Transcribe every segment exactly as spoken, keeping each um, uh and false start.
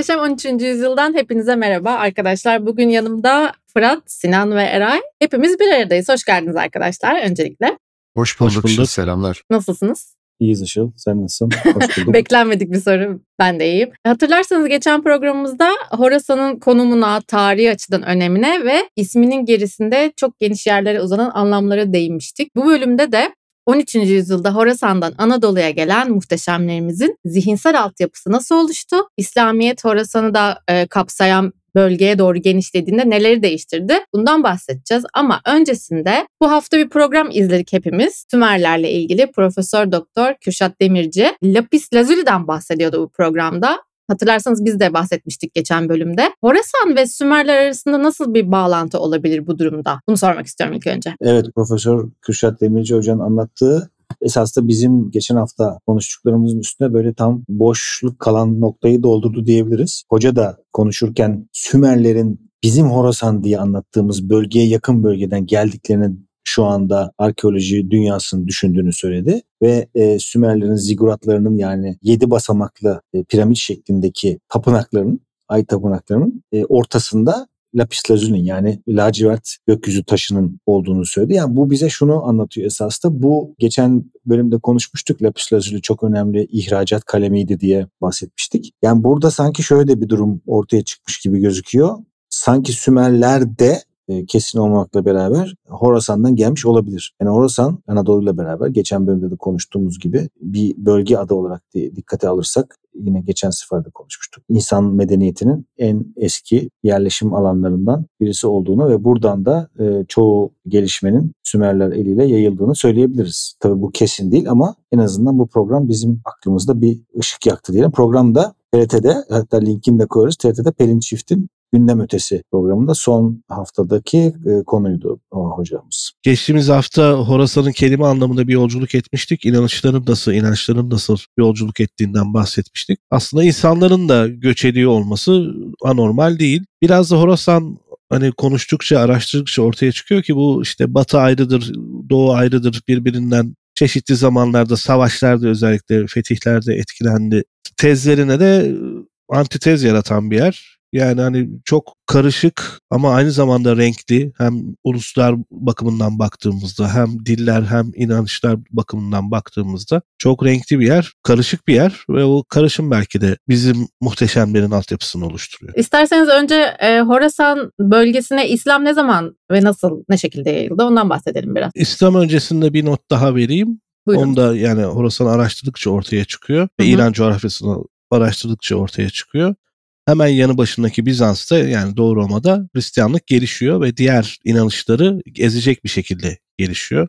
Muhteşem on üçüncü yüzyıldan hepinize merhaba arkadaşlar. Bugün yanımda Fırat, Sinan ve Eray. Hepimiz bir aradayız. Hoş geldiniz arkadaşlar öncelikle. Hoş bulduk. Hoş bulduk. Selamlar. Nasılsınız? İyiyiz Işıl. Sen nasılsın? Hoş bulduk. Beklenmedik bir soru. Ben de iyiyim. Hatırlarsanız geçen programımızda Horasan'ın konumuna, tarihi açıdan önemine ve isminin gerisinde çok geniş yerlere uzanan anlamlara değinmiştik. Bu bölümde de on üçüncü yüzyılda Horasan'dan Anadolu'ya gelen muhteşemlerimizin zihinsel altyapısı nasıl oluştu? İslamiyet Horasan'ı da e, kapsayan bölgeye doğru genişlediğinde neleri değiştirdi? Bundan bahsedeceğiz ama öncesinde bu hafta bir program izledik hepimiz. Sümerlerle ilgili Profesör Doktor Kürşat Demirci Lapis Lazuli'den bahsediyordu bu programda. Hatırlarsanız biz de bahsetmiştik geçen bölümde. Horasan ve Sümerler arasında nasıl bir bağlantı olabilir bu durumda? Bunu sormak istiyorum ilk önce. Evet, Profesör Kürşat Demirci Hoca'nın anlattığı esas da bizim geçen hafta konuştuklarımızın üstüne böyle tam boşluk kalan noktayı doldurdu diyebiliriz. Hoca da konuşurken Sümerlerin bizim Horasan diye anlattığımız bölgeye yakın bölgeden geldiklerini şu anda arkeoloji dünyasının düşündüğünü söyledi ve e, Sümerlerin ziguratlarının yani yedi basamaklı e, piramit şeklindeki tapınaklarının, ay tapınaklarının e, ortasında lapis lazuli yani lacivert gökyüzü taşının olduğunu söyledi. Yani bu bize şunu anlatıyor esasında. Bu geçen bölümde konuşmuştuk. Lapis lazuli çok önemli ihracat kalemiydi diye bahsetmiştik. Yani burada sanki şöyle bir durum ortaya çıkmış gibi gözüküyor. Sanki Sümerler de kesin olmakla beraber Horasan'dan gelmiş olabilir. Yani Horasan Anadolu'yla beraber geçen bölümde de konuştuğumuz gibi bir bölge adı olarak dikkate alırsak yine geçen sefer de konuşmuştuk. İnsan medeniyetinin en eski yerleşim alanlarından birisi olduğunu ve buradan da e, çoğu gelişmenin Sümerler eliyle yayıldığını söyleyebiliriz. Tabii bu kesin değil ama en azından bu program bizim aklımızda bir ışık yaktı diyelim. Programda T R T'de hatta linkini de koyarız. T R T'de Pelin Çift'in Gündem Ötesi programında son haftadaki e, konuydu o hocamız. Geçtiğimiz hafta Horasan'ın kelime anlamında bir yolculuk etmiştik. İnanışların nasıl, inançların nasıl yolculuk ettiğinden bahsetmiştik. Aslında insanların da göç ediyor olması anormal değil. Biraz da Horasan hani konuştukça, araştırdıkça ortaya çıkıyor ki bu işte Batı ayrıdır, Doğu ayrıdır, birbirinden çeşitli zamanlarda, savaşlarda özellikle fetihlerde etkilendi. Tezlerine de antitez yaratan bir yer. Yani hani çok karışık ama aynı zamanda renkli, hem uluslar bakımından baktığımızda hem diller hem inançlar bakımından baktığımızda çok renkli bir yer, karışık bir yer ve o karışım belki de bizim muhteşemlerin altyapısını oluşturuyor. İsterseniz önce e, Horasan bölgesine İslam ne zaman ve nasıl, ne şekilde yayıldı ondan bahsedelim biraz. İslam öncesinde bir not daha vereyim. Buyurun. Onu da yani Horasan'ı araştırdıkça ortaya çıkıyor ve İran coğrafyasını araştırdıkça ortaya çıkıyor. Hemen yanı başındaki Bizans'ta yani Doğu Roma'da Hristiyanlık gelişiyor ve diğer inanışları ezecek bir şekilde gelişiyor.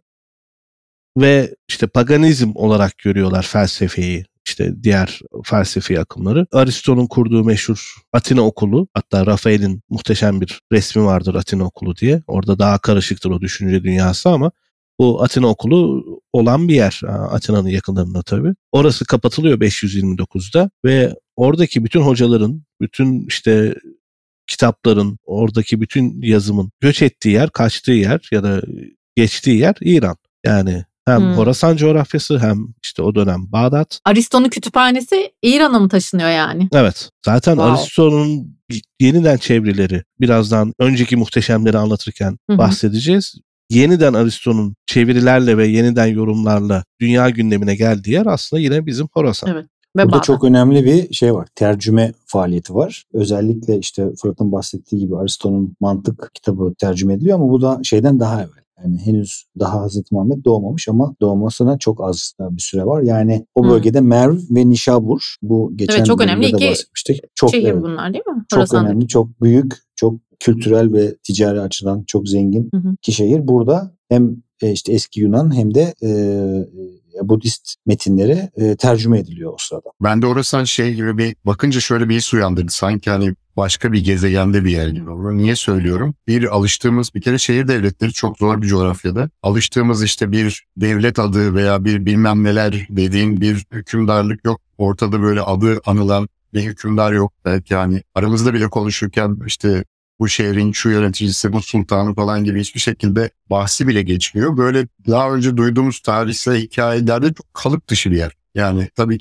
Ve işte paganizm olarak görüyorlar felsefeyi, işte diğer felsefi akımları. Aristo'nun kurduğu meşhur Atina okulu, hatta Rafael'in muhteşem bir resmi vardır Atina okulu diye. Orada daha karışıktır o düşünce dünyası ama bu Atina okulu olan bir yer. Atina'nın yakınlarında tabii. Orası kapatılıyor beş yüz yirmi dokuzda ve oradaki bütün hocaların, bütün işte kitapların, oradaki bütün yazımın göç ettiği yer, kaçtığı yer ya da geçtiği yer İran. Yani hem hmm. Horasan coğrafyası hem işte o dönem Bağdat. Aristo'nun kütüphanesi İran'a mı taşınıyor yani? Evet. Zaten wow. Aristo'nun yeniden çevirileri, birazdan önceki muhteşemleri anlatırken Hı-hı. bahsedeceğiz. Yeniden Aristo'nun çevirilerle ve yeniden yorumlarla dünya gündemine geldiği yer aslında yine bizim Horasan. Evet. Burada bağlı. Çok önemli bir şey var. Tercüme faaliyeti var. Özellikle işte Fırat'ın bahsettiği gibi Aristo'nun mantık kitabı tercüme ediliyor ama bu da şeyden daha evvel. Yani henüz daha Hazreti Muhammed doğmamış ama doğmasına çok az bir süre var. Yani o bölgede hmm. Merv ve Nişabur, bu geçen evet, çok önemli de bahsetmiştik. Çok şehir evet, bunlar değil mi? Çok önemli, çok büyük, çok kültürel ve ticari açıdan çok zengin hı hı. iki şehir. Burada hem işte eski Yunan hem de e, Budist metinleri e, tercüme ediliyor o sırada. Ben de Horasan şey gibi bir bakınca şöyle bir his uyandırdı. Sanki hani başka bir gezegende bir yer gibi. Bunu niye söylüyorum? Bir alıştığımız bir kere şehir devletleri çok zor bir coğrafyada. Alıştığımız işte bir devlet adı veya bir bilmem neler dediğin bir hükümdarlık yok. Ortada böyle adı anılan bir hükümdar yok. Belki yani aramızda bile konuşurken işte bu şehrin şu yöneticisi, bu sultanı falan gibi hiçbir şekilde bahsi bile geçmiyor. Böyle daha önce duyduğumuz tarihsel hikayelerde çok kalıp dışı bir yer. Yani tabii ki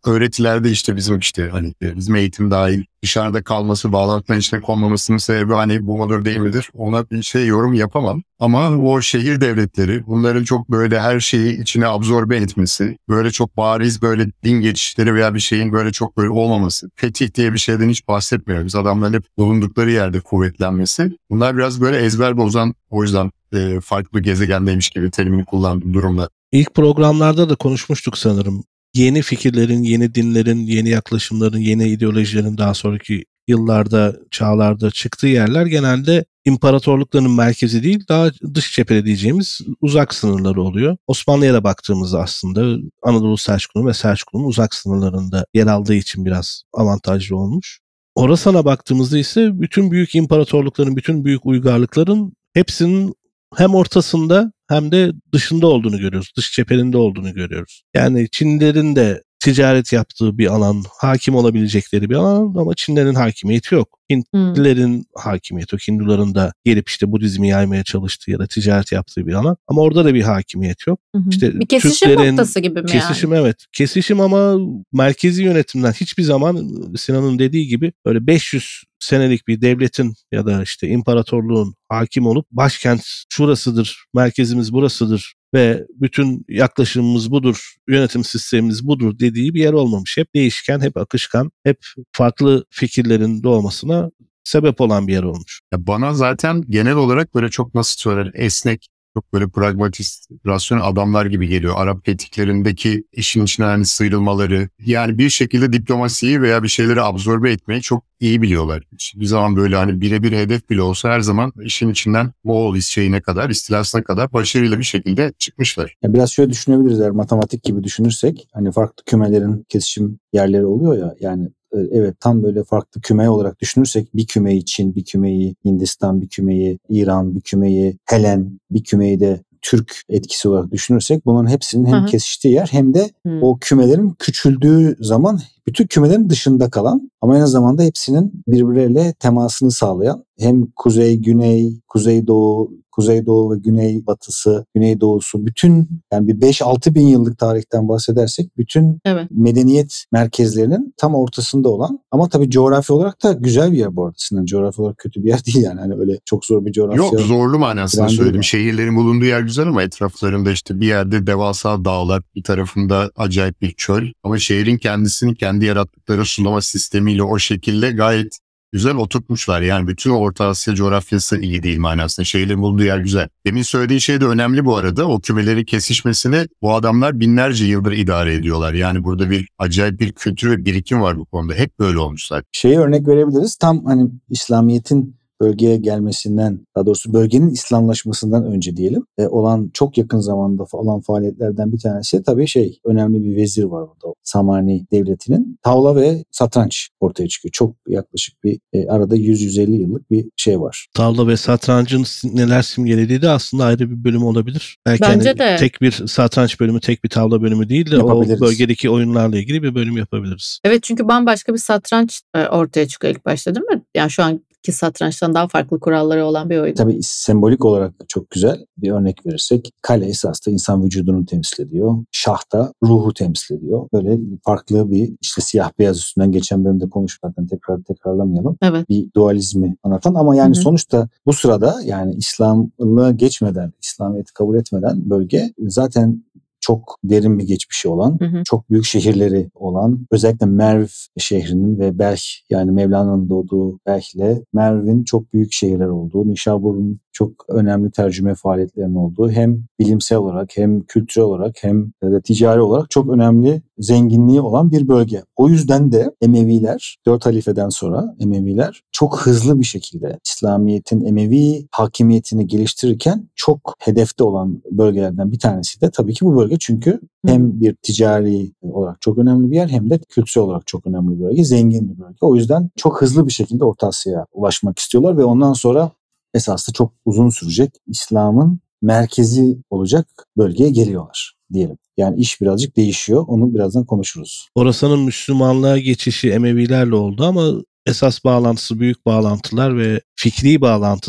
öğretilerde işte bizim işte hani bizim eğitim dahil dışarıda kalması, bağlantıların içine konmamasının sebebi hani bu mudur değil midir? Ona bir şey yorum yapamam. Ama o şehir devletleri bunların çok böyle her şeyi içine absorbe etmesi, böyle çok bariz böyle din geçişleri veya bir şeyin böyle çok böyle olmaması, fetih diye bir şeyden hiç bahsetmiyoruz. Adamların hep bulundukları yerde kuvvetlenmesi. Bunlar biraz böyle ezber bozan, o yüzden e, farklı gezegendeymiş gibi terimini kullandığım durumlar. İlk programlarda da konuşmuştuk sanırım. Yeni fikirlerin, yeni dinlerin, yeni yaklaşımların, yeni ideolojilerin daha sonraki yıllarda, çağlarda çıktığı yerler genelde imparatorlukların merkezi değil, daha dış cephede diyeceğimiz uzak sınırları oluyor. Osmanlı'ya da baktığımızda aslında Anadolu Selçuklu'nun ve Selçuklu'nun uzak sınırlarında yer aldığı için biraz avantajlı olmuş. Horasan'a baktığımızda ise bütün büyük imparatorlukların, bütün büyük uygarlıkların hepsinin hem ortasında hem de dışında olduğunu görüyoruz. Dış cephelerinde olduğunu görüyoruz. Yani Çinlilerin de ticaret yaptığı bir alan, hakim olabilecekleri bir alan ama Çinlerin hakimiyeti yok. Hintlilerin hmm. hakimiyeti yok. Hinduların da gelip işte Budizmi yaymaya çalıştığı ya da ticaret yaptığı bir alan. Ama orada da bir hakimiyet yok. Hı hı. İşte bir kesişim Türklerin, noktası gibi mi kesişim, yani? Evet. Kesişim ama merkezi yönetimden hiçbir zaman Sinan'ın dediği gibi böyle beş yüz senelik bir devletin ya da işte imparatorluğun hakim olup başkent şurasıdır, merkezimiz burasıdır ve bütün yaklaşımımız budur, yönetim sistemimiz budur dediği bir yer olmamış. Hep değişken, hep akışkan, hep farklı fikirlerin doğmasına sebep olan bir yer olmuş. Ya bana zaten genel olarak böyle çok nasıl söylenir, esnek, çok böyle pragmatist, rasyonel adamlar gibi geliyor. Arap fetihlerindeki işin içine hani sıyrılmaları, yani bir şekilde diplomasiyi veya bir şeyleri absorbe etmeyi çok iyi biliyorlar. Hiçbir zaman böyle hani birebir hedef bile olsa her zaman işin içinden Moğol şeyine kadar, istilasına kadar başarıyla bir şekilde çıkmışlar. Ya biraz şöyle düşünebiliriz, eğer matematik gibi düşünürsek, hani farklı kümelerin kesişim yerleri oluyor ya, yani evet, tam böyle farklı küme olarak düşünürsek bir kümeyi Çin, bir kümeyi Hindistan, bir kümeyi İran, bir kümeyi Helen, bir kümeyi de Türk etkisi olarak düşünürsek bunların hepsinin hem Hı-hı. kesiştiği yer hem de Hı. o kümelerin küçüldüğü zaman bütün kümelerin dışında kalan ama aynı zamanda hepsinin birbirleriyle temasını sağlayan, hem kuzey, güney, kuzeydoğu, kuzeydoğu ve güneybatısı, güneydoğusu, bütün yani bir beş altı bin yıllık tarihten bahsedersek bütün evet. medeniyet merkezlerinin tam ortasında olan, ama tabii coğrafi olarak da güzel bir yer bu arada. Sinan, coğrafi olarak kötü bir yer değil yani. Hani öyle çok zor bir coğrafya. Yok, zorlu manasında söyledim. Yani. Şehirlerin bulunduğu yer güzel ama etraflarında işte bir yerde devasa dağlar, bir tarafında acayip bir çöl. Ama şehrin kendisini kendi yarattıkları sulama sistemiyle o şekilde gayet güzel oturtmuşlar. Yani bütün Orta Asya coğrafyası iyi değil manasında. Şehirlerin bulunduğu yer güzel. Demin söylediğin şey de önemli bu arada. O kümelerin kesişmesini bu adamlar binlerce yıldır idare ediyorlar. Yani burada bir acayip bir kültür ve birikim var bu konuda. Hep böyle olmuşlar. Şeye örnek verebiliriz. Tam hani İslamiyet'in bölgeye gelmesinden, daha doğrusu bölgenin İslamlaşmasından önce diyelim e, olan çok yakın zamanda olan faaliyetlerden bir tanesi tabii şey, önemli bir vezir var burada. Samani devletinin tavla ve satranç ortaya çıkıyor. Çok yaklaşık bir e, arada yüz yüz elli yıllık bir şey var. Tavla ve satrancın neler simgelediği de aslında ayrı bir bölüm olabilir. Belki Bence hani de. Tek bir satranç bölümü, tek bir tavla bölümü değil de o bölgedeki oyunlarla ilgili bir bölüm yapabiliriz. Evet, çünkü bambaşka bir satranç ortaya çıkıyor ilk başta, değil mi? Yani şu an ki satrançtan daha farklı kuralları olan bir oyun. Tabii sembolik olarak çok güzel. Bir örnek verirsek, kale esas da insan vücudunu temsil ediyor. Şah da ruhu temsil ediyor. Böyle farklı bir, işte siyah beyaz üstünden geçen bölümde konuştuk zaten, tekrar tekrarlamayalım. Evet. Bir dualizmi anlatan ama yani Hı-hı. sonuçta bu sırada yani İslam'la geçmeden, İslamiyet'i kabul etmeden bölge zaten çok derin bir geçmişi olan, hı hı. çok büyük şehirleri olan, özellikle Merv şehrinin ve Belh, yani Mevlana'nın doğduğu Belh'le Merv'in çok büyük şehirler olduğu, Nişabur'un çok önemli tercüme faaliyetlerinin olduğu, hem bilimsel olarak hem kültürel olarak hem de ticari olarak çok önemli zenginliği olan bir bölge. O yüzden de Emeviler, dört halifeden sonra Emeviler çok hızlı bir şekilde İslamiyet'in Emevi hakimiyetini geliştirirken çok hedefte olan bölgelerden bir tanesi de tabii ki bu bölge. Çünkü hem bir ticari olarak çok önemli bir yer hem de kültürel olarak çok önemli bir bölge, zengin bir bölge. O yüzden çok hızlı bir şekilde Orta Asya'ya ulaşmak istiyorlar ve ondan sonra esasında çok uzun sürecek İslam'ın merkezi olacak bölgeye geliyorlar diyelim. Yani iş birazcık değişiyor. Onu birazdan konuşuruz. Horasan'ın Müslümanlığa geçişi Emevilerle oldu ama esas bağlantısı, büyük bağlantılar ve fikri bağlantı da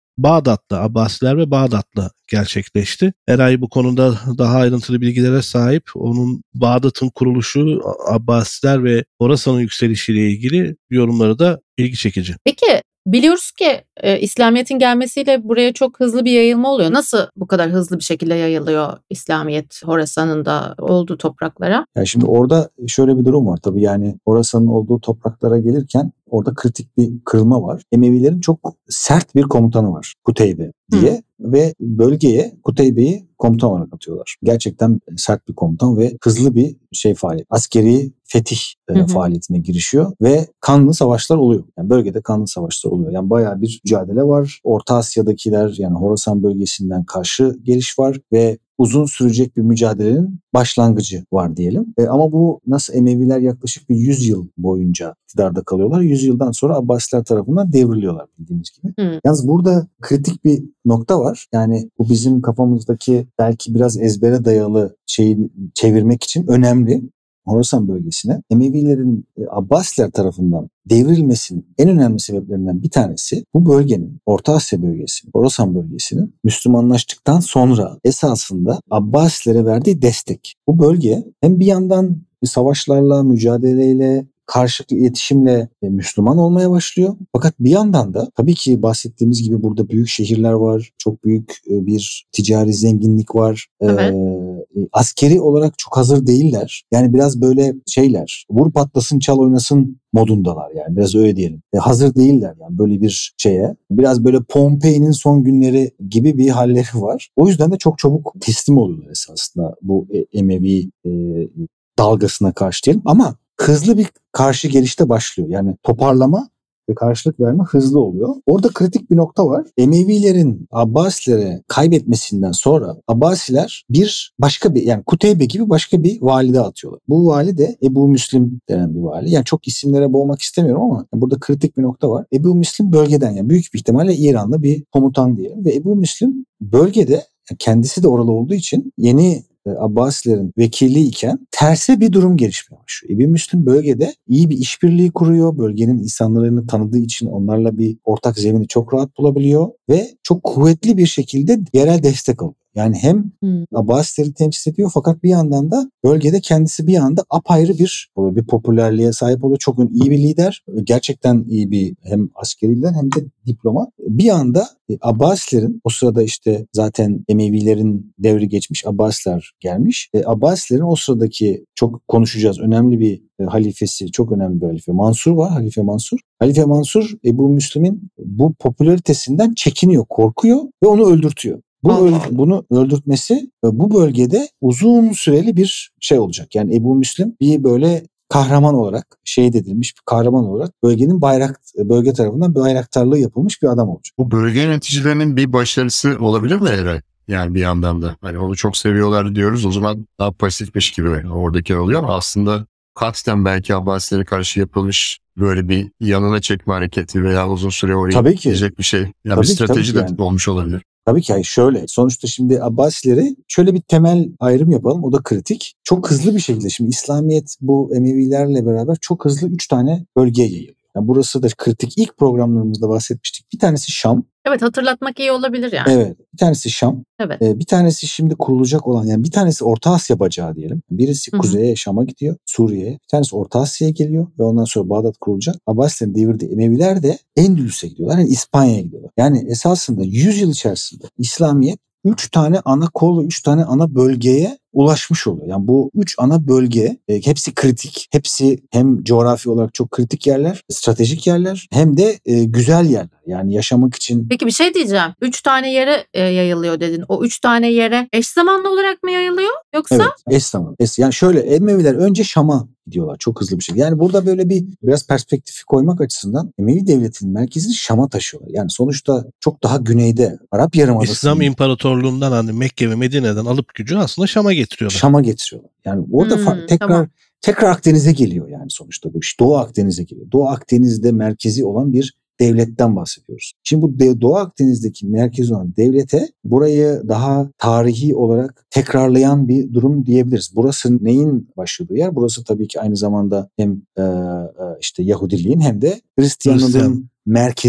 Bağdat'ta, Abbasiler ve Bağdat'la gerçekleşti. Eray bu konuda daha ayrıntılı bilgilere sahip. Onun Bağdat'ın kuruluşu, Abbasiler ve Horasan'ın yükselişiyle ilgili yorumları da ilgi çekici. Peki biliyoruz ki e, İslamiyet'in gelmesiyle buraya çok hızlı bir yayılma oluyor. Nasıl bu kadar hızlı bir şekilde yayılıyor İslamiyet Horasan'ın da olduğu topraklara? Yani şimdi orada şöyle bir durum var tabii, yani Horasan'ın olduğu topraklara gelirken orada kritik bir kırılma var. Emevilerin çok sert bir komutanı var, Kuteybe diye. Hı. Ve bölgeye Kuteybe'yi komutan olarak atıyorlar. Gerçekten sert bir komutan ve hızlı bir şey faaliyet. Askeri fetih e, hı hı. faaliyetine girişiyor ve kanlı savaşlar oluyor. Yani bölgede kanlı savaşlar oluyor. Yani bayağı bir mücadele var. Orta Asya'dakiler, yani Horasan bölgesinden karşı geliş var ve uzun sürecek bir mücadelenin başlangıcı var diyelim. E, ama bu nasıl, Emeviler yaklaşık bir yüz yıl boyunca iktidarda kalıyorlar. yüz yıldan sonra Abbasiler tarafından devriliyorlar bildiğimiz gibi. Hı. Yalnız burada kritik bir nokta var. Yani bu bizim kafamızdaki belki biraz ezbere dayalı şeyi çevirmek için önemli. Horasan bölgesine Emevilerin Abbasiler tarafından devrilmesinin en önemli sebeplerinden bir tanesi, bu bölgenin, Orta Asya bölgesi, Horasan bölgesinin Müslümanlaştıktan sonra esasında Abbasilere verdiği destek. Bu bölge hem bir yandan savaşlarla, mücadeleyle, karşılıklı iletişimle Müslüman olmaya başlıyor. Fakat bir yandan da tabii ki bahsettiğimiz gibi burada büyük şehirler var. Çok büyük bir ticari zenginlik var. Evet. Ee, askeri olarak çok hazır değiller. Yani biraz böyle şeyler, vur patlasın çal oynasın modundalar, yani biraz öyle diyelim. E, hazır değiller yani böyle bir şeye. Biraz böyle Pompei'nin son günleri gibi bir halleri var. O yüzden de çok çabuk teslim oluyorlar esasında bu Emevi e, dalgasına karşı diyelim. Ama hızlı bir karşı gelişte başlıyor. Yani toparlama ve karşılık verme hızlı oluyor. Orada kritik bir nokta var. Emevilerin Abbasilere kaybetmesinden sonra Abbasiler bir başka bir, yani Kuteybe gibi başka bir valide atıyorlar. Bu valide Ebu Müslim denen bir vali. Yani çok isimlere boğmak istemiyorum ama burada kritik bir nokta var. Ebu Müslim bölgeden, yani büyük bir ihtimalle İranlı bir komutan diyelim ve Ebu Müslim bölgede, kendisi de oralı olduğu için yeni Abbasilerin vekili iken terse bir durum gelişmeye başlıyor. Ebu Müslim bölgede iyi bir işbirliği kuruyor. Bölgenin insanlarını tanıdığı için onlarla bir ortak zemini çok rahat bulabiliyor ve çok kuvvetli bir şekilde yerel destek alıyor. Yani hem hmm. Abbasileri temsil ediyor fakat bir yandan da bölgede kendisi bir anda apayrı bir bir popülerliğe sahip oluyor. Çok iyi bir lider. Gerçekten iyi bir hem askeri lider hem de diplomat. Bir anda Abbasilerin, o sırada işte zaten Emevilerin devri geçmiş, Abbasiler gelmiş. E, Abbasilerin o sıradaki çok konuşacağız önemli bir e, halifesi, çok önemli bir halife. Mansur var, Halife Mansur. Halife Mansur Ebu Müslim'in bu popülaritesinden çekiniyor, korkuyor ve onu öldürtüyor. Bu öl- bunu öldürtmesi bu bölgede uzun süreli bir şey olacak. Yani Ebu Müslim bir böyle kahraman olarak şehit edilmiş bir kahraman olarak bölgenin bayrak bölge tarafından bayraktarlığı yapılmış bir adam olacak. Bu bölge yöneticilerinin bir başarısı olabilir mi Eray? Yani bir yandan da hani onu çok seviyorlar diyoruz, o zaman daha pasifmiş gibi oradaki oluyor ama aslında kasten belki Abbasilere karşı yapılmış böyle bir yanına çekme hareketi veya uzun süre oraya gidecek bir şey. Yani tabii bir strateji ki, de yani olmuş olabilir. Tabii ki, yani şöyle, sonuçta şimdi Abbasileri şöyle bir temel ayrım yapalım, o da kritik. Çok hızlı bir şekilde şimdi İslamiyet bu Emevilerle beraber çok hızlı üç tane bölgeye yayılıyor. Yani burası da kritik. İlk programlarımızda bahsetmiştik. Bir tanesi Şam. Evet, hatırlatmak iyi olabilir yani. Evet, bir tanesi Şam. Evet. Ee, bir tanesi şimdi kurulacak olan, yani bir tanesi Orta Asya bacağı diyelim. Birisi Hı-hı. kuzeye, Şam'a gidiyor, Suriye'ye. Bir tanesi Orta Asya'ya geliyor ve ondan sonra Bağdat kurulacak. Abbasilerin devirdiği Emeviler de Endülüs'e gidiyorlar. Yani İspanya'ya gidiyorlar. Yani esasında yüz yıl içerisinde İslamiyet üç tane ana kol ve üç tane ana bölgeye ulaşmış oluyor. Yani bu üç ana bölge e, hepsi kritik. Hepsi hem coğrafi olarak çok kritik yerler, stratejik yerler, hem de e, güzel yerler. Yani yaşamak için. Peki bir şey diyeceğim. Üç tane yere e, yayılıyor dedin. O üç tane yere eş zamanlı olarak mı yayılıyor? Yoksa? Evet, eş zamanlı. Eş, yani şöyle, Emeviler önce Şam'a gidiyorlar çok hızlı bir şekilde. Yani burada böyle bir biraz perspektifi koymak açısından Emevi devletinin merkezini Şam'a taşıyorlar. Yani sonuçta çok daha güneyde Arap Yarımadası. İslam İmparatorluğundan, hani Mekke ve Medine'den alıp gücü aslında Şam'a getiriyorlar. Şam'a getiriyorlar. Yani orada hmm, fa- tekrar tamam. tekrar Akdeniz'e geliyor yani sonuçta bu iş. Doğu Akdeniz'e geliyor. Doğu Akdeniz'de merkezi olan bir devletten bahsediyoruz. Şimdi bu Doğu Akdeniz'deki merkezi olan devlete burayı daha tarihi olarak tekrarlayan bir durum diyebiliriz. Burası neyin başladığı yer? Burası tabii ki aynı zamanda hem e, işte Yahudiliğin hem de Hristiyanlığın Hristiyan. merkezi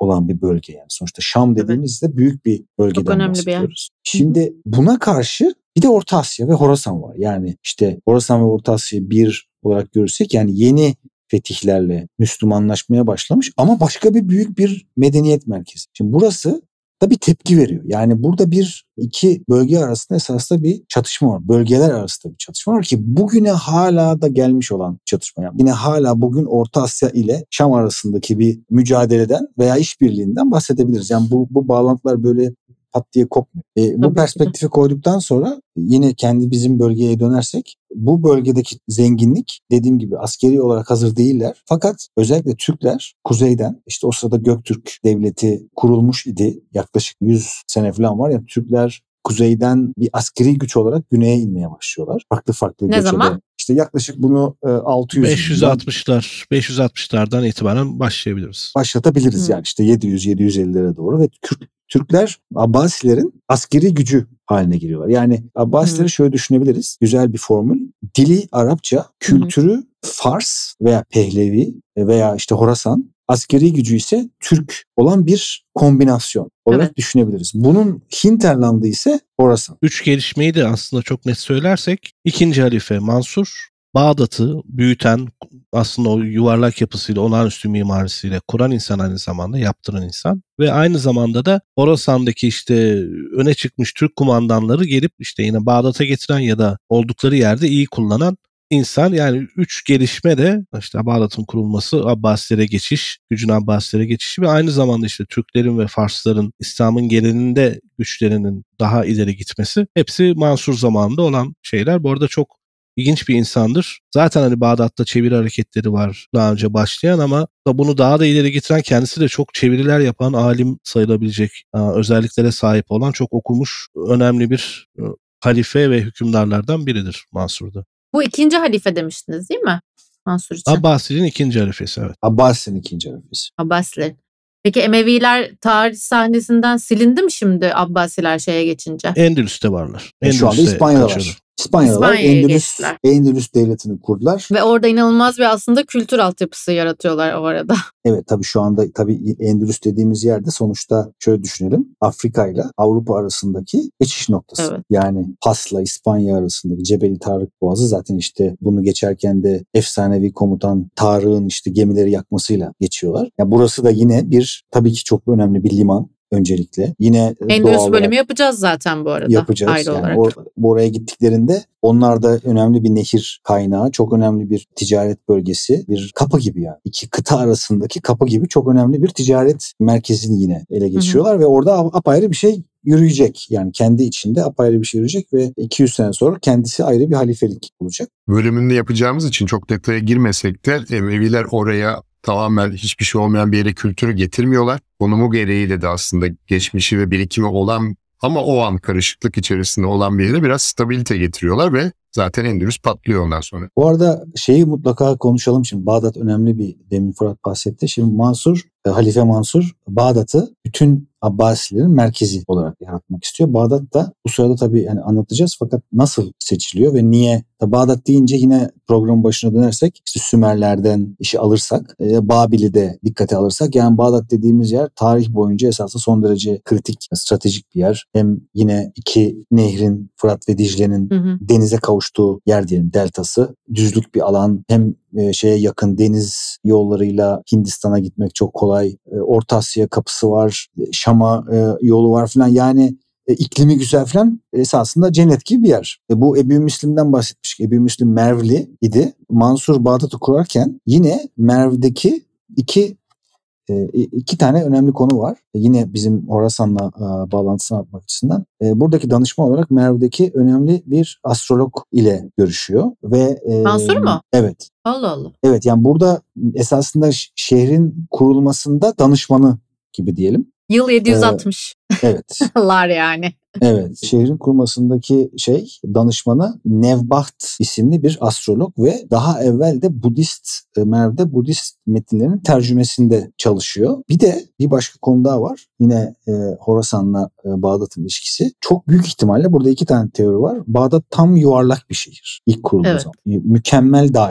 olan bir bölge yani. Sonuçta Şam dediğimizde evet. büyük bir bölgeden bahsediyoruz. Şimdi buna karşı bir de Orta Asya ve Horasan var. Yani işte Horasan ve Orta Asya'yı bir olarak görürsek yani yeni fetihlerle Müslümanlaşmaya başlamış ama başka bir büyük bir medeniyet merkezi. Şimdi burası da bir tepki veriyor. Yani burada bir iki bölge arasında esasında bir çatışma var. Bölgeler arasında bir çatışma var ki bugüne hala da gelmiş olan çatışma. Yani yine hala bugün Orta Asya ile Şam arasındaki bir mücadeleden veya işbirliğinden bahsedebiliriz. Yani bu, bu bağlantılar böyle pat diye kopmuyor. E, bu perspektifi koyduktan sonra yine kendi bizim bölgeye dönersek bu bölgedeki zenginlik dediğim gibi askeri olarak hazır değiller. Fakat özellikle Türkler kuzeyden işte o sırada Göktürk Devleti kurulmuş idi. Yaklaşık yüz sene falan var ya Türkler kuzeyden bir askeri güç olarak güneye inmeye başlıyorlar. Farklı farklı ne zaman? İşte yaklaşık bunu e, altı yüz beş yüz altmışlar beş yüz altmışlardan itibaren başlayabiliriz. Başlatabiliriz hmm. yani işte yedi yüz yedi yüz ellilere doğru ve Kürt Türkler Abbasilerin askeri gücü haline giriyorlar. Yani Abbasileri hmm. şöyle düşünebiliriz. Güzel bir formül. Dili Arapça, kültürü hmm. Fars veya Pehlevi veya işte Horasan, askeri gücü ise Türk olan bir kombinasyon olarak evet. düşünebiliriz. Bunun hinterlandı ise Horasan. Üç gelişmeyi de aslında çok net söylersek ikinci halife Mansur, Bağdat'ı büyüten aslında o yuvarlak yapısıyla, olağanüstü mimarisiyle kuran insan aynı zamanda yaptıran insan ve aynı zamanda da Horasan'daki işte öne çıkmış Türk kumandanları gelip işte yine Bağdat'a getiren ya da oldukları yerde iyi kullanan insan. Yani üç gelişme de işte Bağdat'ın kurulması, Abbasilere geçiş, gücün Abbasilere geçişi ve aynı zamanda işte Türklerin ve Farsların İslam'ın geleninde güçlerinin daha ileri gitmesi hepsi Mansur zamanında olan şeyler. Bu arada çok İlginç bir insandır. Zaten hani Bağdat'ta çeviri hareketleri var daha önce başlayan ama bunu daha da ileri getiren kendisi de çok çeviriler yapan alim sayılabilecek özelliklere sahip olan çok okumuş önemli bir halife ve hükümdarlardan biridir Mansur'da. Bu ikinci halife demiştiniz değil mi Mansur için? Abbasilerin ikinci halifesi evet. Abbasilerin ikinci halifesi. Abbasilerin. Peki Emeviler tarih sahnesinden silindi mi şimdi Abbasiler şeye geçince? Endülüs'te varlar. E şu anda İspanya'da var. İspanya'da Endülüs, Endülüs devletini kurdular. Ve orada inanılmaz bir aslında kültür altyapısı yaratıyorlar o arada. Evet tabii şu anda tabii Endülüs dediğimiz yerde sonuçta şöyle düşünelim. Afrika ile Avrupa arasındaki geçiş noktası. Evet. Yani Fas'la İspanya arasındaki Cebeli Tarık Boğazı zaten işte bunu geçerken de efsanevi komutan Tarık'ın işte gemileri yakmasıyla geçiyorlar. Yani burası da yine bir tabii ki çok önemli bir liman. Öncelikle. Yine Endülüs bölümü yapacağız zaten bu arada. Yapacağız. Ayrı yani olarak. Or- oraya gittiklerinde onlar da önemli bir nehir kaynağı, çok önemli bir ticaret bölgesi, bir kapı gibi yani. İki kıta arasındaki kapı gibi çok önemli bir ticaret merkezini yine ele geçiriyorlar. Hı hı. Ve orada apayrı bir şey yürüyecek. Yani kendi içinde apayrı bir şey yürüyecek ve iki yüz sene sonra kendisi ayrı bir halifelik olacak. Bölümünde yapacağımız için çok detaya girmesek de Emeviler oraya tamamen hiçbir şey olmayan bir yere kültürü getirmiyorlar. Konumu gereğiyle de aslında geçmişi ve birikimi olan ama o an karışıklık içerisinde olan bir yere biraz stabilite getiriyorlar ve zaten Endülüs patlıyor ondan sonra. Bu arada şeyi mutlaka konuşalım şimdi. Bağdat önemli bir, demin Fırat bahsetti. Şimdi Mansur, Halife Mansur Bağdat'ı bütün Abbasilerin merkezi olarak yaratmak istiyor. Bağdat da bu sırada tabii yani anlatacağız fakat nasıl seçiliyor ve niye? Bağdat deyince yine programın başına dönersek işte Sümerlerden işi alırsak, e, Babil'i de dikkate alırsak yani Bağdat dediğimiz yer tarih boyunca esasında son derece kritik, stratejik bir yer. Hem yine iki nehrin Fırat ve Dicle'nin hı hı. denize kavuştuğu yer diyelim, deltası. Düzlük bir alan, hem e, şeye yakın deniz yollarıyla Hindistan'a gitmek çok kolay. E, Orta Asya kapısı var, Şam'a e, yolu var falan yani. E, iklimi güzel falan, esasında cennet gibi bir yer. E, bu Ebu Müslim'den bahsetmiştik. Ebu Müslim Mervli idi. Mansur Bağdat'ı kurarken yine Merv'deki iki e, iki tane önemli konu var. E, yine bizim Horasan'la e, bağlantısını yapmak açısından. E, buradaki danışma olarak Merv'deki önemli bir astrolog ile görüşüyor. ve e, Mansur mu? Evet. Allah Allah. Evet yani burada esasında şehrin kurulmasında danışmanı gibi diyelim. Yıl yedi yüz altmış. Ee, evet. Lar yani. Evet. Şehrin kurmasındaki şey danışmanı Nevbaht isimli bir astrolog ve daha evvel de Budist, Merv'de Budist metinlerin tercümesinde çalışıyor. Bir de bir başka konu daha var. Yine e, Horasan'la e, Bağdat'ın ilişkisi. Çok büyük ihtimalle burada iki tane teori var. Bağdat tam yuvarlak bir şehir ilk kurulduğu evet. zaman. Mükemmel daire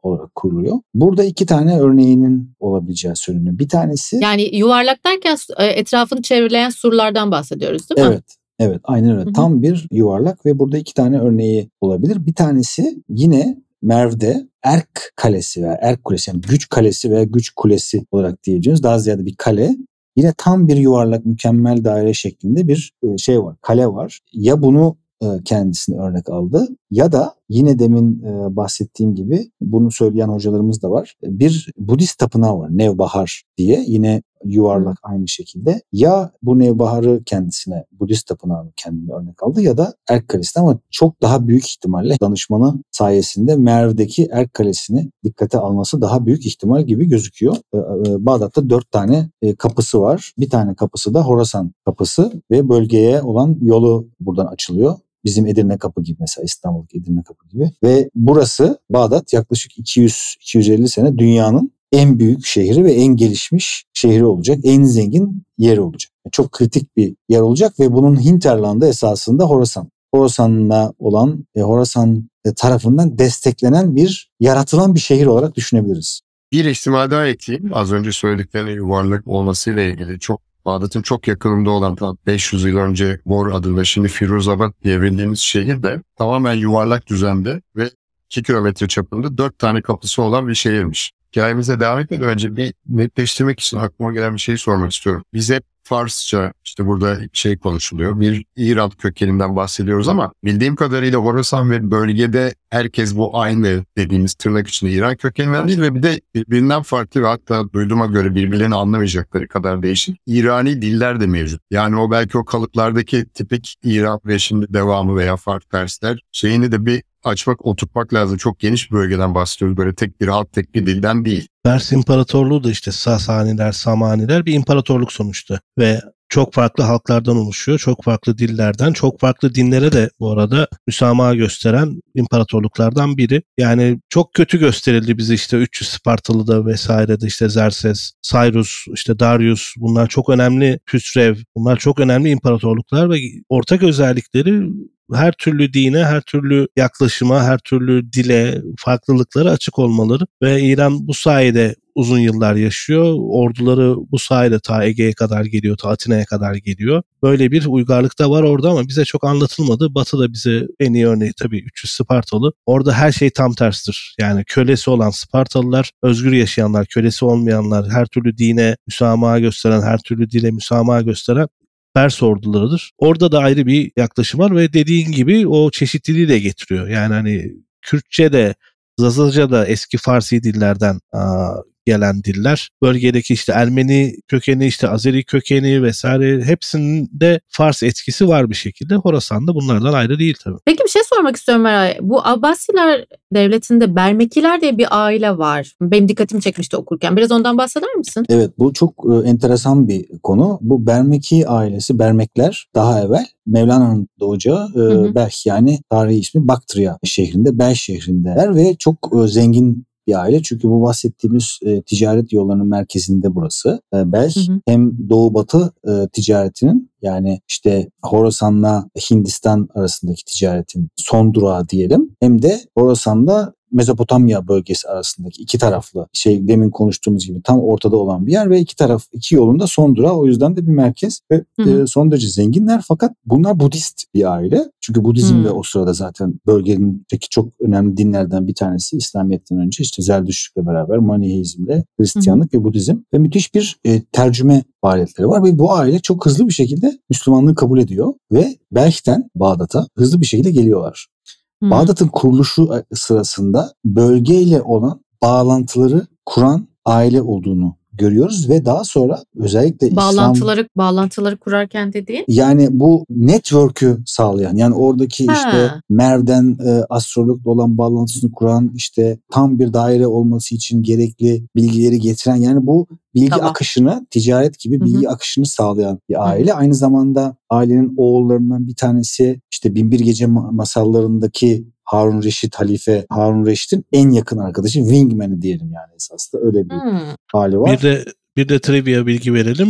olarak kuruluyor. Burada iki tane örneğinin olabileceği söyleniyor. Bir tanesi... Yani yuvarlak derken etrafını çevreleyen surlardan bahsediyoruz değil mi? Evet. Evet, aynen öyle. Hı hı. Tam bir yuvarlak ve burada iki tane örneği olabilir. Bir tanesi yine Merv'de Erk Kalesi veya Erk Kulesi, yani güç kalesi veya güç kulesi olarak diyeceğiz. Daha ziyade bir kale. Yine tam bir yuvarlak, mükemmel daire şeklinde bir şey var, kale var. Ya bunu kendisine örnek aldı ya da yine demin bahsettiğim gibi bunu söyleyen hocalarımız da var. Bir Budist tapınağı var, Nevbahar diye, yine yuvarlak aynı şekilde. Ya bu Nevbahar'ı kendisine, Budist tapınağını kendine örnek aldı ya da Erk Kalesi'ne, ama çok daha büyük ihtimalle danışmanı sayesinde Merv'deki Erk Kalesi'ni dikkate alması daha büyük ihtimal gibi gözüküyor. Bağdat'ta dört tane kapısı var. Bir tane kapısı da Horasan kapısı ve bölgeye olan yolu buradan açılıyor. Bizim Edirne Kapı gibi, mesela İstanbul'daki Edirne Kapı gibi. Ve burası, Bağdat, yaklaşık iki yüz iki yüz elli sene dünyanın en büyük şehri ve en gelişmiş şehri olacak. En zengin yeri olacak. Çok kritik bir yer olacak ve bunun hinterlandı esasında Horasan. Horasan'la olan, e, Horasan tarafından desteklenen bir, yaratılan bir şehir olarak düşünebiliriz. Bir ihtimal daha ekleyeyim. Az önce söylediklerine yuvarlak olmasıyla ilgili çok Bağdat'ın çok yakınında olan beş yüz yıl önce Bor adında şimdi Firuzabad diye bildiğimiz şehir de tamamen yuvarlak düzende ve iki kilometre çapında dört tane kapısı olan bir şehirmiş. Hikayemize devam etmeden önce bir netleştirmek için aklıma gelen bir şey sormak istiyorum. Biz hep Farsça, işte burada şey konuşuluyor. Bir İran kökeninden bahsediyoruz ama bildiğim kadarıyla Horasan ve bölgede herkes bu aynı dediğimiz tırnak içinde İran kökeninden değil ve bir de birbirinden farklı ve hatta duyduğuma göre birbirlerini anlamayacakları kadar değişik İrani diller de mevcut. Yani o belki o kalıplardaki tipik İran ve şimdi devamı veya farklı dersler şeyini de bir açmak, oturtmak lazım. Çok geniş bir bölgeden bahsediyoruz. Böyle tek bir halk, tek bir dilden değil. Pers İmparatorluğu da işte Sasaniler, Samaniler bir imparatorluk sonuçta ve çok farklı halklardan oluşuyor. Çok farklı dillerden, çok farklı dinlere de bu arada müsamaha gösteren imparatorluklardan biri. Yani çok kötü gösterildi bizi işte üç yüz Spartalı'da vesairede, işte Xerxes, Cyrus, işte Darius, bunlar çok önemli, Hüsrev, bunlar çok önemli imparatorluklar ve ortak özellikleri her türlü dine, her türlü yaklaşıma, her türlü dile, farklılıklara açık olmaları ve İran bu sayede uzun yıllar yaşıyor. Orduları bu sayede ta Ege'ye kadar geliyor, ta Atina'ya kadar geliyor. Böyle bir uygarlık da var orada ama bize çok anlatılmadı. Batı da bize en iyi örneği tabii üç yüz Spartalı. Orada her şey tam terstir. Yani kölesi olan Spartalılar, özgür yaşayanlar, kölesi olmayanlar, her türlü dine müsamaha gösteren, her türlü dile müsamaha gösteren Pers ordularıdır. Orada da ayrı bir yaklaşım var ve dediğin gibi o çeşitliliği de getiriyor. Yani hani Kürtçe de, Zazaca da eski Farsi dillerden aa, gelen diller. Bölgedeki işte Ermeni kökeni, işte Azeri kökeni vesaire, hepsinde Fars etkisi var bir şekilde. Horasan da bunlardan ayrı değil tabii. Peki bir şey sormak istiyorum Meral. Bu Abbasiler devletinde Bermekiler diye bir aile var. Benim dikkatimi çekmişti okurken. Biraz ondan bahseder misin? Evet, bu çok e, enteresan bir konu. Bu Bermeki ailesi, Bermekler daha evvel Mevlana'nın doğacağı e, hı hı. Belh, yani tarihi ismi Baktriya şehrinde, Belh şehrindeler ve çok e, zengin bir aile. Çünkü bu bahsettiğimiz e, ticaret yollarının merkezinde burası. E, Belh hı hı. hem doğu batı e, ticaretinin, yani işte Horasan'la Hindistan arasındaki ticaretin son durağı diyelim, hem de Horasan'da Mezopotamya bölgesi arasındaki iki taraflı, şey demin konuştuğumuz gibi tam ortada olan bir yer ve iki taraf, iki yolunda son durağı, o yüzden de bir merkez ve e, son derece zenginler, fakat bunlar Budist bir aile. Çünkü Budizm de o sırada zaten bölgedeki çok önemli dinlerden bir tanesi. İslamiyet'ten önce işte Zerdüştlükle beraber Maniheizm'le Hristiyanlık hı hı. ve Budizm ve müthiş bir e, tercüme faaliyetleri var ve bu aile çok hızlı bir şekilde Müslümanlığı kabul ediyor ve Belh'ten Bağdat'a hızlı bir şekilde geliyorlar. Hmm. Bağdat'ın kuruluşu sırasında bölgeyle olan bağlantıları kuran aile olduğunu görüyoruz ve daha sonra özellikle bağlantıları İslam... Bağlantıları kurarken dediğin? Yani bu network'ü sağlayan, yani oradaki ha. işte Merv'den e, astrologla olan bağlantısını kuran, işte tam bir daire olması için gerekli bilgileri getiren, yani bu bilgi tamam. akışını, ticaret gibi bilgi Hı-hı. akışını sağlayan bir aile. Hı-hı. Aynı zamanda ailenin oğullarından bir tanesi işte Binbir Gece masallarındaki Harun Reşit, Halife Harun Reşit'in en yakın arkadaşı, wingman'i diyelim yani esasında, öyle bir hmm. hali var. Bir de bir de trivia bilgi verelim.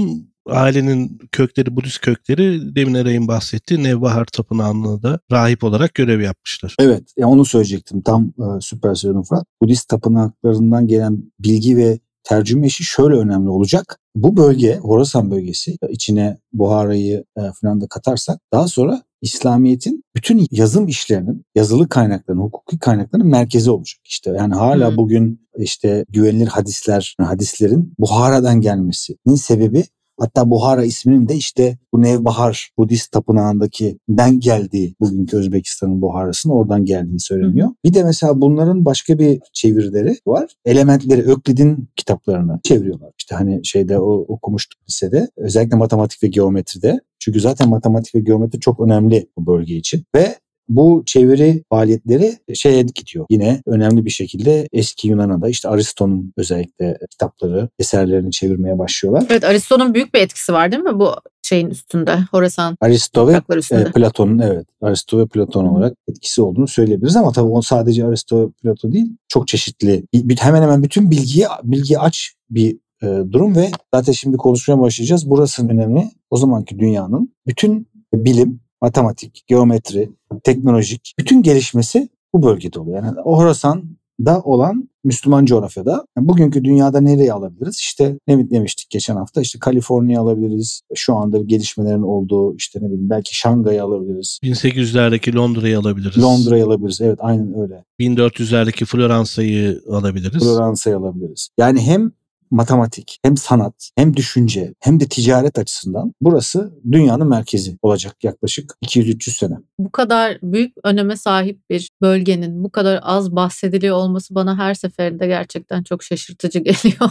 ailenin kökleri, Budist kökleri demin Eray'ın bahsettiği Nevbahar Tapınağı'nda da rahip olarak görev yapmışlar. Evet, ya onu söyleyecektim. Tam e, süper söyledin Fırat. Budist tapınaklarından gelen bilgi ve tercüme işi şöyle önemli olacak. Bu bölge, Horasan bölgesi, içine Buhara'yı e, falan da katarsak daha sonra İslamiyet'in bütün yazım işlerinin, yazılı kaynakların, hukuki kaynakların merkezi olacak. İşte yani hala hmm. bugün işte güvenilir hadisler, hadislerin Buhara'dan gelmesinin sebebi, hatta Buhara isminin de işte bu Nevbahar Budist tapınağındakinden geldiği, bugünkü Özbekistan'ın Buhara'sının oradan geldiğini söyleniyor. Hı. Bir de mesela bunların başka bir çevirileri var. Elementleri, Öklid'in kitaplarını çeviriyorlar. İşte hani şeyde o, okumuştuk lisede. Özellikle matematik ve geometride. Çünkü zaten matematik ve geometri çok önemli bu bölge için. Ve bu çeviri faaliyetleri şeye gidiyor. Yine önemli bir şekilde eski Yunan'a da işte Aristo'nun özellikle kitapları, eserlerini çevirmeye başlıyorlar. Evet, Aristo'nun büyük bir etkisi var değil mi bu şeyin üstünde, Horasan Aristo ve e, Platon'un evet Aristo ve Platon olarak etkisi olduğunu söyleyebiliriz ama tabii o sadece Aristo ve Platon değil, çok çeşitli. Bir, hemen hemen bütün bilgiyi bilgiyi aç bir e, durum ve zaten şimdi konuşmaya başlayacağız. Burası önemli. O zamanki dünyanın bütün bilim, matematik, geometri, teknolojik bütün gelişmesi bu bölgede oluyor. Yani o Horasan'da olan Müslüman coğrafyada. Yani bugünkü dünyada nereye alabiliriz? İşte ne demiştik geçen hafta? İşte Kaliforniya alabiliriz. Şu anda gelişmelerin olduğu işte ne bileyim belki Şangay'ı alabiliriz. bin sekiz yüzlerdeki Londra'yı alabiliriz. Londra'yı alabiliriz. Evet, aynen öyle. bin dört yüzlerdeki Floransa'yı alabiliriz. Floransa'yı alabiliriz. Yani hem matematik, hem sanat, hem düşünce, hem de ticaret açısından burası dünyanın merkezi olacak yaklaşık iki yüz üç yüz sene. Bu kadar büyük öneme sahip bir bölgenin bu kadar az bahsediliyor olması bana her seferinde gerçekten çok şaşırtıcı geliyor.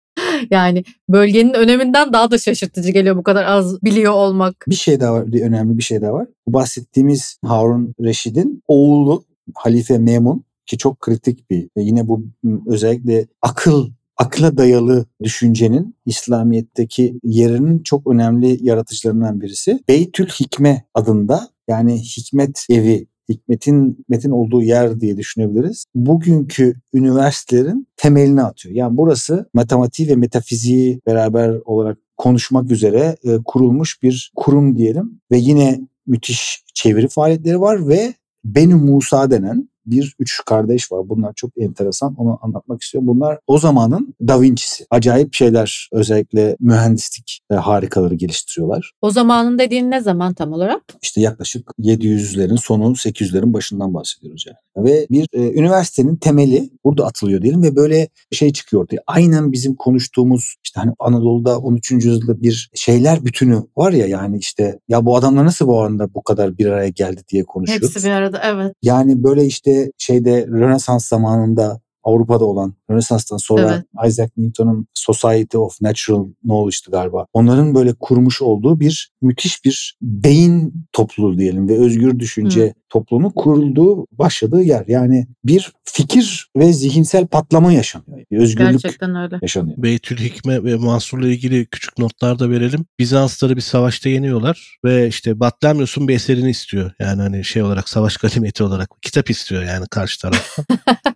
Yani bölgenin öneminden daha da şaşırtıcı geliyor bu kadar az biliyor olmak. Bir şey daha var, bir önemli bir şey daha var. Bu bahsettiğimiz Harun Reşid'in oğlu Halife Memun ki çok kritik bir ve yine bu özellikle akıl akla dayalı düşüncenin İslamiyet'teki yerinin çok önemli yaratıcılarından birisi. Beytül Hikme adında, yani hikmet evi, hikmetin hikmetin olduğu yer diye düşünebiliriz. Bugünkü üniversitelerin temelini atıyor. Yani burası matematiği ve metafiziği beraber olarak konuşmak üzere e, kurulmuş bir kurum diyelim ve yine müthiş çeviri faaliyetleri var ve Beni Musa denen bir üç kardeş var. Bunlar çok enteresan. Onu anlatmak istiyorum. Bunlar o zamanın Da Vinci'si. Acayip şeyler, özellikle mühendislik e, harikaları geliştiriyorlar. O zamanın dediğin ne zaman tam olarak? İşte yaklaşık yedi yüzlerin sonu, sekiz yüzlerin başından bahsediyoruz yani. Ve bir e, üniversitenin temeli burada atılıyor diyelim ve böyle şey çıkıyor ortaya. Aynen bizim konuştuğumuz işte hani Anadolu'da on üçüncü yüzyılda bir şeyler bütünü var ya, yani işte ya bu adamlar nasıl bu anda bu kadar bir araya geldi diye konuşuyoruz. Hepsi bir arada, evet. Yani böyle işte şeyde Rönesans zamanında Avrupa'da olan, Rönesans'tan sonra evet. Isaac Newton'un Society of Natural Knowledge'tı galiba. Onların böyle kurmuş olduğu bir müthiş bir beyin topluluğu diyelim ve özgür düşünce hmm. topluluğunun kurulduğu, başladığı yer. Yani bir fikir ve zihinsel patlama yaşanıyor. Bir özgürlük gerçekten öyle yaşanıyor. Beytül Hikme ve Mansur'la ilgili küçük notlar da verelim. Bizansları bir savaşta yeniyorlar ve işte Batlamyos'un bir eserini istiyor. Yani hani şey olarak, savaş ganimeti olarak kitap istiyor yani karşı taraftan.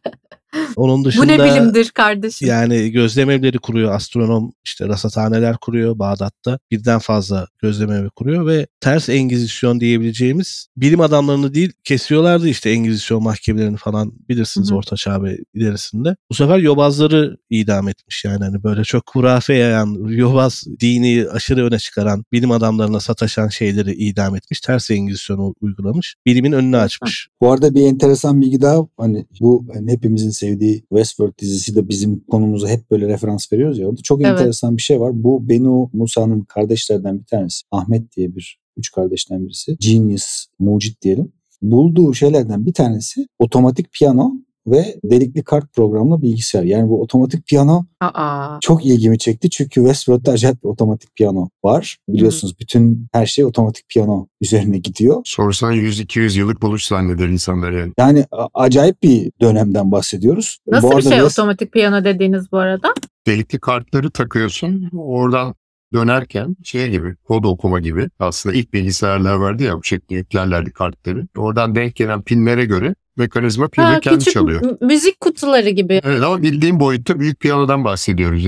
Onun dışında, bu ne bilimdir kardeşim? Yani gözlem evleri kuruyor, astronom işte rasathaneler kuruyor Bağdat'ta. Birden fazla gözlem evi kuruyor ve ters Engizisyon diyebileceğimiz bilim adamlarını değil kesiyorlardı işte Engizisyon mahkemelerini falan, bilirsiniz, Orta Çağ ve ilerisinde. Bu sefer yobazları idam etmiş, yani hani böyle çok hurafe yayan, yobaz dini aşırı öne çıkaran, bilim adamlarına sataşan şeyleri idam etmiş. Ters Engizisyon'u uygulamış. Bilimin önünü açmış. Bu arada bir enteresan bilgi daha, hani bu hani hepimizin sevdiği Westworld dizisi de bizim konumuza hep böyle referans veriyoruz ya. Orada çok evet. enteresan bir şey var. Bu Benu Musa'nın kardeşlerden bir tanesi. Ahmet diye bir üç kardeşten birisi. Genius, mucit diyelim. Bulduğu şeylerden bir tanesi otomatik piyano ve delikli kart programlı bilgisayar. Yani bu otomatik piyano Aa. çok ilgimi çekti. Çünkü Westworld'da acayip bir otomatik piyano var. Biliyorsunuz hmm. bütün her şey otomatik piyano üzerine gidiyor. Sorsan yüz iki yüz yıllık buluş zanneder insanlar yani. Yani acayip bir dönemden bahsediyoruz. Nasıl bu bir şey West... otomatik piyano dediğiniz bu arada? Delikli kartları takıyorsun. Oradan dönerken şey gibi, kod okuma gibi. Aslında ilk bilgisayarlar vardı ya, bu şekilde yüklerlerdi kartları. Oradan denk gelen pinlere göre mekanizma piyano kendi çalıyor. M- müzik kutuları gibi. Evet, ama bildiğim boyutta büyük piyanodan bahsediyoruz yani.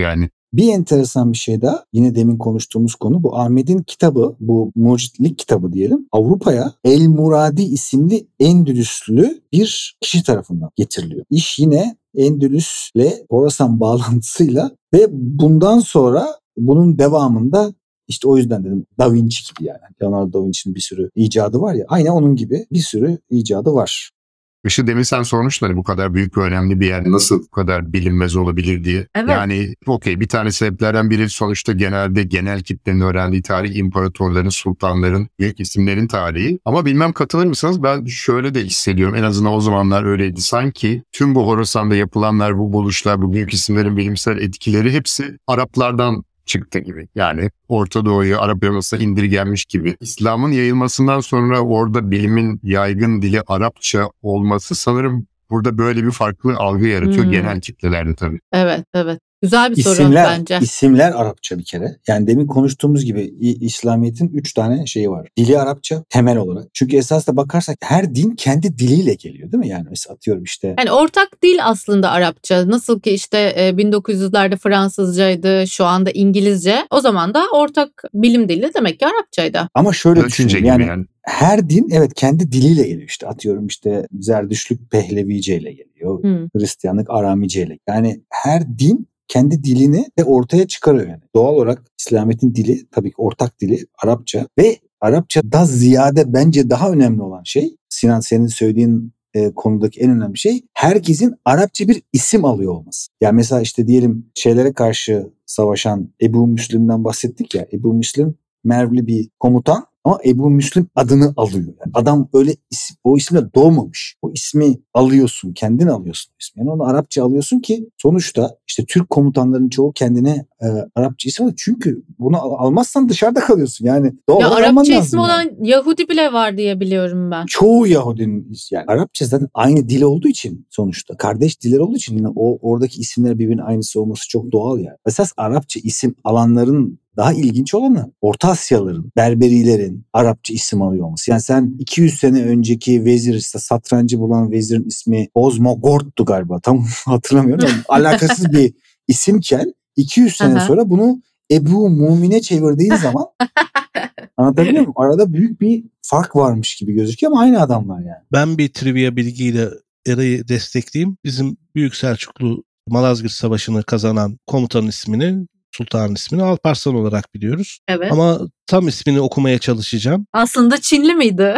Bir enteresan bir şey daha, yine demin konuştuğumuz konu, bu Ahmet'in kitabı, bu mucitlik kitabı diyelim, Avrupa'ya El Muradi isimli Endülüslü bir kişi tarafından getiriliyor. İş yine Endülüs'le Horasan bağlantısıyla ve bundan sonra bunun devamında işte o yüzden dedim Da Vinci gibi yani. Leonardo da Vinci'nin bir sürü icadı var ya, aynen onun gibi bir sürü icadı var. Işıl, demin sen sormuştun hani bu kadar büyük ve önemli bir yer nasıl bu kadar bilinmez olabilir diye. Evet. Yani okey, bir tane sebeplerden biri sonuçta genelde genel kitlenin öğrendiği tarih imparatorların, sultanların, büyük isimlerin tarihi. Ama bilmem katılır mısınız, ben şöyle de hissediyorum, en azından o zamanlar öyleydi. Sanki tüm bu Horasan'da yapılanlar, bu buluşlar, bu büyük isimlerin bilimsel etkileri hepsi Araplardan çıktı gibi. Yani Orta Doğu'yu Arap Yarımadası'na indirgenmiş gibi. İslam'ın yayılmasından sonra orada bilimin yaygın dili Arapça olması sanırım burada böyle bir farklı algı yaratıyor Hmm. genel kitlelerde tabii. Evet, evet. Güzel bir soru İsimler, bence. isimler Arapça bir kere. Yani demin konuştuğumuz gibi İ- İslamiyet'in üç tane şeyi var. Dili Arapça temel olarak. Çünkü esasında bakarsak her din kendi diliyle geliyor değil mi? Yani mesela atıyorum işte. Yani ortak dil aslında Arapça. Nasıl ki işte e, bin dokuz yüzlerde Fransızcaydı, şu anda İngilizce. O zaman da ortak bilim dili demek ki Arapçaydı. Ama şöyle Latince düşünün gibi yani, yani. her din evet kendi diliyle geliyor işte. Atıyorum işte Zerdüştlük Pehlevice ile geliyor. Hmm. Hristiyanlık Aramice ile. Yani her din kendi dilini de ortaya çıkarıyor yani. Doğal olarak İslamiyet'in dili tabii ki ortak dili Arapça ve Arapçada ziyade bence daha önemli olan şey, Sinan senin söylediğin e, konudaki en önemli şey, herkesin Arapça bir isim alıyor olması. Yani mesela işte diyelim şeylere karşı savaşan Ebu Müslim'den bahsettik ya. Ebu Müslim Mervli bir komutan ama Ebu Müslim adını alıyor. Yani adam öyle isim, o isimle doğmamış. O ismi alıyorsun, kendin alıyorsun o ismi. Yani onu Arapça alıyorsun ki sonuçta işte Türk komutanların çoğu kendine e, Arapça isim alıyor. Çünkü bunu al- almazsan dışarıda kalıyorsun. Yani doğal Ya olarak alman Arapça lazım ismi yani. olan Yahudi bile var diye biliyorum ben. Çoğu Yahudinin is- yani Arapça zaten aynı dil olduğu için sonuçta. Kardeş diller olduğu için yine o oradaki isimler birbirinin aynısı olması çok doğal yani. Esas Arapça isim alanların daha ilginç olanı Orta Asyalıların, Berberilerin Arapça isim alıyor olması. Yani sen iki yüz sene önceki vezir, işte satrancı bulan vezirin ismi Ozmogort'tu galiba. Tam hatırlamıyorum ama alakasız bir isimken iki yüz sene Aha. sonra bunu Ebu Mumin'e çevirdiğin zaman anlatabiliyor muyum? Arada büyük bir fark varmış gibi gözüküyor ama aynı adamlar yani. Ben bir trivia bilgiyle Eray'ı destekleyeyim. Bizim Büyük Selçuklu Malazgirt Savaşı'nı kazanan komutanın ismini, sultanın ismini Alparslan olarak biliyoruz. Evet. Ama tam ismini okumaya çalışacağım. Aslında Çinli miydi?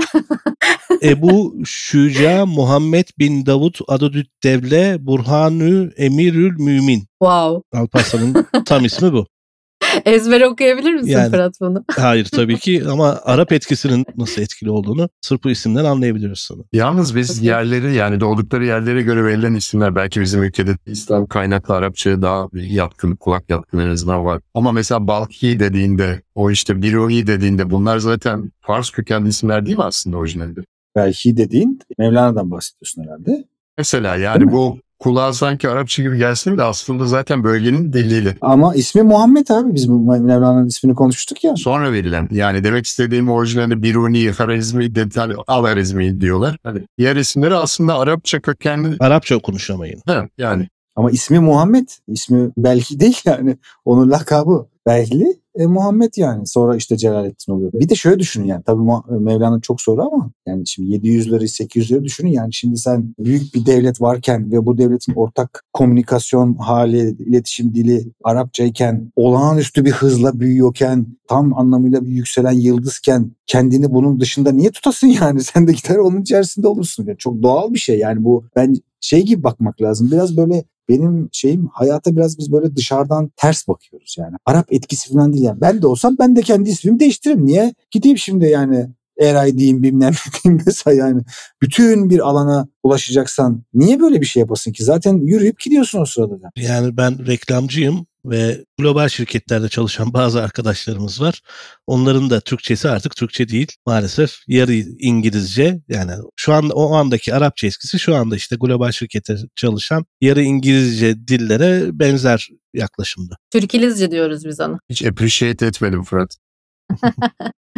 Ebu Şüca Muhammed bin Davud Adadüt Devle Burhanü Emirül Mümin. Wow. Alparslan'ın tam ismi bu. Ezbere okuyabilir misin Yani- Fırat bunu? Hayır tabii ki ama Arap etkisinin nasıl etkili olduğunu sırf bu isimden anlayabiliyoruz sanırım. Yalnız biz Okey. yerleri, yani doğdukları yerlere göre verilen isimler belki bizim ülkede İslam kaynaklı Arapçaya daha yatkın, kulak yatkın en azından var. Ama mesela Balkhi dediğinde, o işte Biruni dediğinde bunlar zaten Fars kökenli isimler değil mi aslında orijinalde? Belki dediğin Mevlana'dan bahsediyorsun herhalde. Mesela Değil yani mi? bu kulağa sanki Arapça gibi gelsin de aslında zaten bölgenin diliyle. Ama ismi Muhammed abi. Biz bu Mevlana'nın ismini konuştuk ya. Sonra verilen, yani demek istediğim orijinalde Biruni, Harizmi, Detali, Al-Harizmi diyorlar. Hani diğer isimleri aslında Arapça kökenli. Arapça okunuş ama yine. Ha, yani Ama ismi Muhammed. İsmi belki değil yani. Onun lakabı Behli e, Muhammed yani. Sonra işte Celalettin oluyor. Bir de şöyle düşünün yani. Tabii Mu- Mevlana çok sonra ama yani şimdi yedi yüzleri sekiz yüzleri düşünün yani. Şimdi sen büyük bir devlet varken ve bu devletin ortak komünikasyon hali, iletişim dili Arapçayken, olağanüstü bir hızla büyüyorken, tam anlamıyla bir yükselen yıldızken kendini bunun dışında niye tutasın yani? Sen de gider onun içerisinde olursun. Yani çok doğal bir şey yani bu. Ben şey gibi bakmak lazım. Biraz böyle benim şeyim, hayata biraz biz böyle dışarıdan ters bakıyoruz yani. Arap etkisi falan değil yani. Ben de olsam ben de kendi ismimi değiştiririm. Niye? Gideyim şimdi yani Eray diyeyim, bilmem ne diyeyim mesela yani. Bütün bir alana ulaşacaksan niye böyle bir şey yapasın ki? Zaten yürüyüp gidiyorsun o sırada da. Yani ben reklamcıyım ve global şirketlerde çalışan bazı arkadaşlarımız var. Onların da Türkçesi artık Türkçe değil. Maalesef yarı İngilizce, yani şu an o andaki Arapça eskisi şu anda işte global şirkette çalışan yarı İngilizce dillere benzer yaklaşımda. Türkilizce diyoruz biz ona. hiç appreciate etmedim Fırat.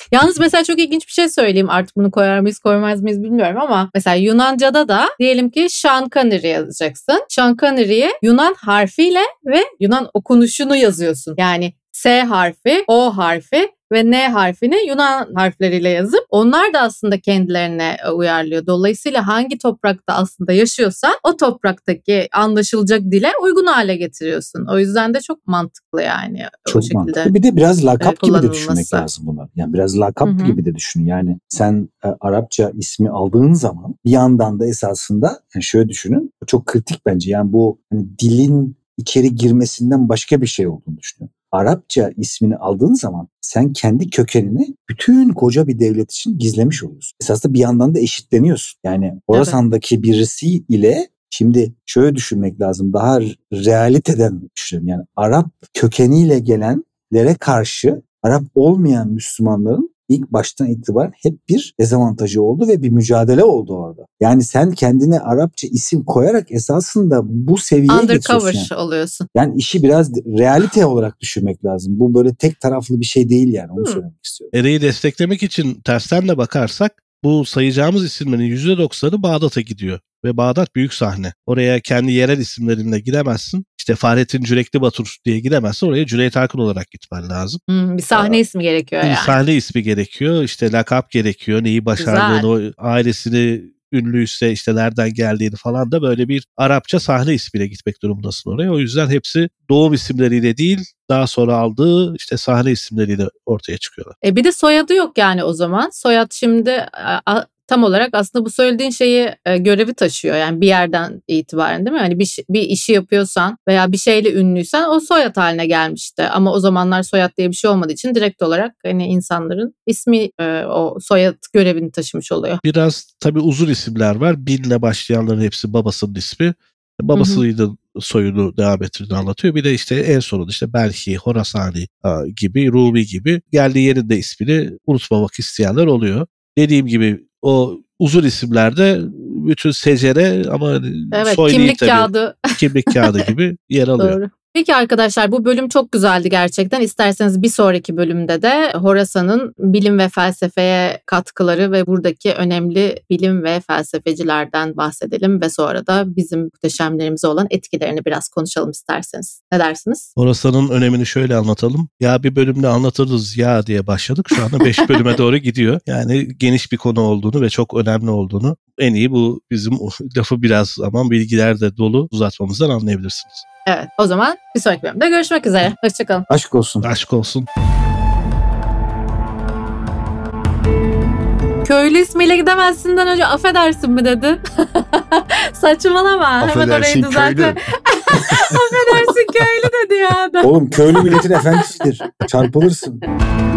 Yalnız mesela çok ilginç bir şey söyleyeyim. Artık bunu koyar mıyız koymaz mıyız bilmiyorum ama mesela Yunanca'da da diyelim ki Sean Connery yazacaksın. Sean Connery'yi Yunan harfiyle ve Yunan okunuşunu yazıyorsun. Yani S harfi, O harfi ve N harfini Yunan harfleriyle yazıp onlar da aslında kendilerine uyarlıyor. Dolayısıyla hangi toprakta aslında yaşıyorsan o topraktaki anlaşılacak dile uygun hale getiriyorsun. O yüzden de çok mantıklı yani. Çok o şekilde mantıklı. Bir de biraz lakap e, gibi de kullanılması. düşünmek lazım bunlar. Yani biraz lakap Hı hı. gibi de düşün. Yani sen e, Arapça ismi aldığın zaman bir yandan da esasında yani şöyle düşünün. Çok kritik bence. Yani bu hani dilin içeri girmesinden başka bir şey olduğunu düşünüyorum. Arapça ismini aldığın zaman sen kendi kökenini bütün koca bir devlet için gizlemiş oluyorsun. Esasında bir yandan da eşitleniyorsun. Yani Horasan'daki birisi ile şimdi şöyle düşünmek lazım. Daha realiteden düşünelim. Yani Arap kökeniyle gelenlere karşı Arap olmayan Müslümanların ilk baştan itibaren hep bir dezavantajı oldu ve bir mücadele oldu orada. Yani sen kendine Arapça isim koyarak esasında bu seviyeye Undercover getiriyorsun. Yani. oluyorsun. Yani işi biraz realite olarak düşünmek lazım. Bu böyle tek taraflı bir şey değil yani. Onu Hmm. söylemek istiyorum. Ereği desteklemek için tersten de bakarsak bu sayacağımız isimlerin yüzde doksanı Bağdat'a gidiyor. Ve Bağdat büyük sahne. Oraya kendi yerel isimlerinle gidemezsin. İşte Fahrettin Cürekli Batur diye gidemezsin. Oraya Cüneyt Arkın olarak gitmen lazım. Hmm, bir sahne Aa, ismi gerekiyor bir yani. sahne ismi gerekiyor. İşte lakap gerekiyor. Neyi başardığını, o ailesini ünlüyse işte nereden geldiğini falan da böyle bir Arapça sahne ismiyle gitmek durumundasın oraya. O yüzden hepsi doğum isimleriyle değil, daha sonra aldığı işte sahne isimleriyle ortaya çıkıyorlar. E bir de soyadı yok yani o zaman. Soyad şimdi a, tam olarak aslında bu söylediğin şeyi e, görevi taşıyor. Yani bir yerden itibaren değil mi? Hani bir, bir işi yapıyorsan veya bir şeyle ünlüysen o soyad haline gelmişti. Ama o zamanlar soyad diye bir şey olmadığı için direkt olarak hani insanların ismi e, o soyad görevini taşımış oluyor. Biraz tabii uzun isimler var. Binle başlayanların hepsi babasının ismi. Babasının soyunu devam ettirdiğini anlatıyor. Bir de işte en sonunda işte Belhi, Horasani gibi, Rumi gibi geldiği yerinde ismini unutmamak isteyenler oluyor. Dediğim gibi o uzun isimlerde bütün secere ama Evet, soy değil kimlik tabii. kağıdı. Kimlik kağıdı gibi yer alıyor. Doğru. Peki arkadaşlar bu bölüm çok güzeldi gerçekten. İsterseniz bir sonraki bölümde de Horasan'ın bilim ve felsefeye katkıları ve buradaki önemli bilim ve felsefecilerden bahsedelim ve sonra da bizim muhteşemlerimize olan etkilerini biraz konuşalım isterseniz. Ne dersiniz? Horasan'ın önemini şöyle anlatalım. Ya bir bölümde anlatırız ya diye başladık. Şu anda beş bölüme doğru gidiyor. Yani geniş bir konu olduğunu ve çok önemli olduğunu en iyi bu bizim lafı biraz ama bilgiler de dolu uzatmamızdan anlayabilirsiniz. Evet, o zaman bir sonraki bölümde görüşmek üzere. Hoşçakalın. Aşk olsun. Aşk olsun. Köylü ismiyle gidemezsinden önce affedersin mi dedi? Saçmalama. Hemen orayı Affedersin düzeltti. köylü. Affedersin köylü dedi ya adam. Oğlum köylü milletin efendisidir. Çarpılırsın.